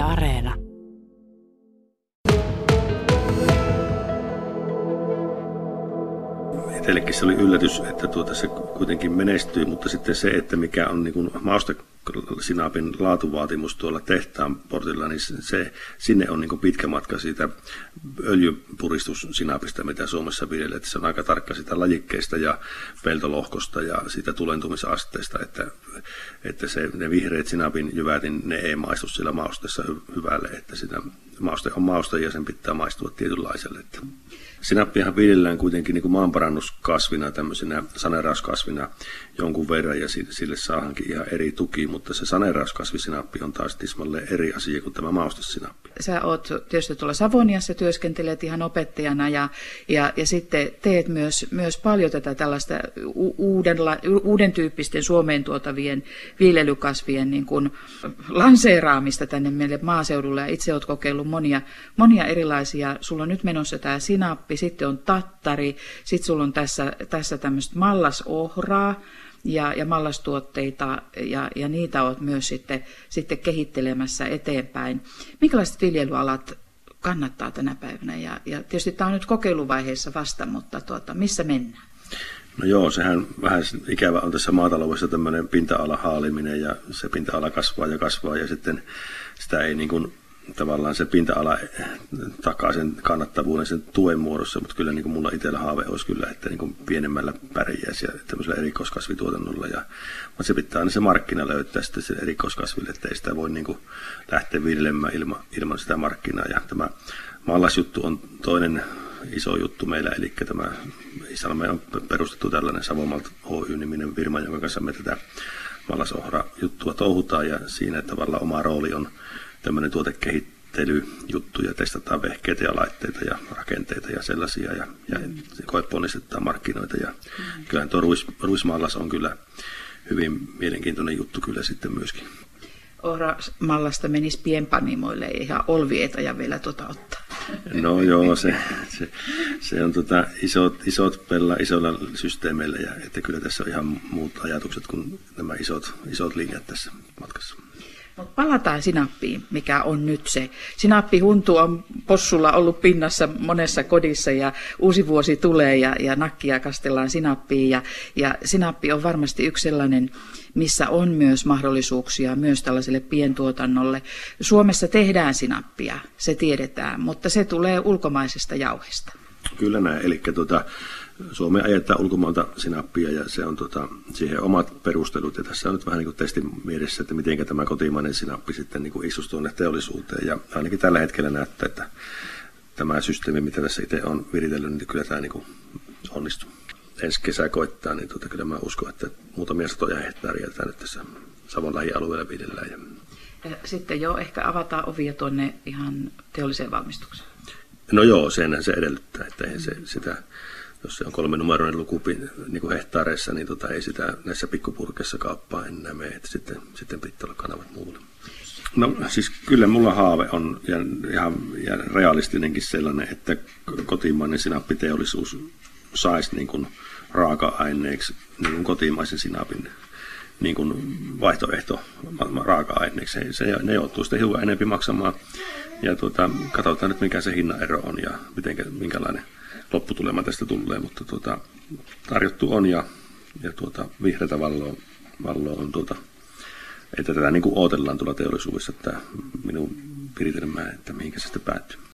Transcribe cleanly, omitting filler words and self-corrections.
Areena. Itsellekin se oli yllätys, että se kuitenkin menestyi, mutta sitten se, että mikä on niin maustesinapin laatuvaatimus tuolla tehtaan portilla, niin sinne on niin pitkä matka siitä öljypuristussinapista, mitä Suomessa viljellään. Se on aika tarkka sitä lajikkeesta ja peltolohkosta ja siitä tulentumisasteesta, että ne vihreät sinapin jyvät, niin ne ei maistu sillä mausteessa hyvälle, että sitä mauste on mauste ja sen pitää maistua tietynlaiselle. Sinappiahan viljellään kuitenkin niin kuin maanparannuskasvina, tämmöisenä saneerauskasvina jonkun verran ja sille saadaankin ihan eri tuki, mutta se saneerauskasvisinappi on taas tismalleen eri asia kuin tämä maustesinappi. Sä oot tietysti tuolla Savoniassa, työskentelet ihan opettajana ja sitten teet myös paljon tätä tällaista uuden tyyppisten Suomeen tuotavien viljelykasvien niin kuin lanseeraamista tänne meille maaseudulle ja itse oot kokeillut monia erilaisia. Sulla on nyt menossa tämä sinappi, sitten on tattari, sitten sulla on tässä tämmöistä mallasohraa ja mallastuotteita ja niitä olet myös sitten kehittelemässä eteenpäin. Minkälaiset viljelyalat kannattaa tänä päivänä? Ja tietysti tämä on nyt kokeiluvaiheessa vasta, mutta missä mennään? No joo, sehän vähän ikävä on tässä maataloudessa tämmöinen pinta-ala haaliminen ja se pinta-ala kasvaa ja sitten sitä ei niin kuin tavallaan se pinta-ala takaa sen kannattavuuden sen tuen muodossa, mutta kyllä niin kuin mulla itsellä haave olisi kyllä, että niin kuin pienemmällä pärjäisi ja tämmöisellä erikoiskasvituotannolla. Mutta se pitää aina se markkina löytää sitten se erikoiskasville, että ei sitä voi niin kuin lähteä viljelemään ilman sitä markkinaa. Ja tämä mallasjuttu on toinen iso juttu meillä, eli tämä Iisalmeen on perustettu tällainen Savomalt Oy-niminen firma, jonka kanssa me tätä mallasohra-juttua touhutaan ja siinä tavallaan oma rooli on tämmöinen tuotekehittelyjuttu ja testataan vehkeitä ja laitteita ja rakenteita ja sellaisia ja koeponnistetaan markkinoita. Ja kyllähän tuo ruismallas on kyllä hyvin mielenkiintoinen juttu kyllä sitten myöskin. Ohramallasta menisi pienpanimoille ja olvietaja vielä ottaa. No joo, se on isot pella isoilla systeemeillä ja että kyllä tässä on ihan muut ajatukset kuin nämä isot linjat tässä matkassa. Mutta palataan sinappiin, mikä on nyt se. Sinappihuntu on possulla ollut pinnassa monessa kodissa ja uusi vuosi tulee ja nakkia kastellaan sinappiin. Ja sinappi on varmasti yksi sellainen, missä on myös mahdollisuuksia myös tällaiselle pientuotannolle. Suomessa tehdään sinappia, se tiedetään, mutta se tulee ulkomaisesta jauhesta. Kyllä näin, eli Suomeen ajetaan ulkomailta sinappia ja se on siihen omat perustelut. Ja tässä on nyt vähän niin kuin testin mielessä, että miten tämä kotimainen sinappi sitten niin kuin istuisi tuonne teollisuuteen. Ja ainakin tällä hetkellä näyttää, että tämä systeemi, mitä tässä itse on viritellyt, niin kyllä tämä niin kuin onnistuu. Ensi kesä koittaa, niin kyllä mä uskon, että muutamia satoja hehtaaria tämä nyt tässä Savon lähialueella viljellään. Ja sitten jo ehkä avataan ovia tuonne ihan teolliseen valmistukseen. No joo, se edellyttää, että eihän sitä. Jos se on 3-numeroinen luku niin kuin hehtaareissa, niin ei sitä näissä pikkupurkeissa kauppaa enää mene, että sitten pitää olla kanavat muulle. No siis kyllä mulla haave on ja realistinenkin sellainen, että kotimainen sinappiteollisuus saisi niin kuin raaka-aineeksi niin kuin kotimaisen sinapin niin kuin vaihtoehto raaka-aineeksi. Ne joutuu sitten hiukan enemmän maksamaan ja katsotaan nyt mikä se hinnaero on ja minkälainen lopputulema tästä tulee, mutta tarjottu on ja vihreätä valloa on että tätä niin kuin odotellaan tuolla teollisuudessa, että minun viritelmään, että mihinkä se sitten päättyy.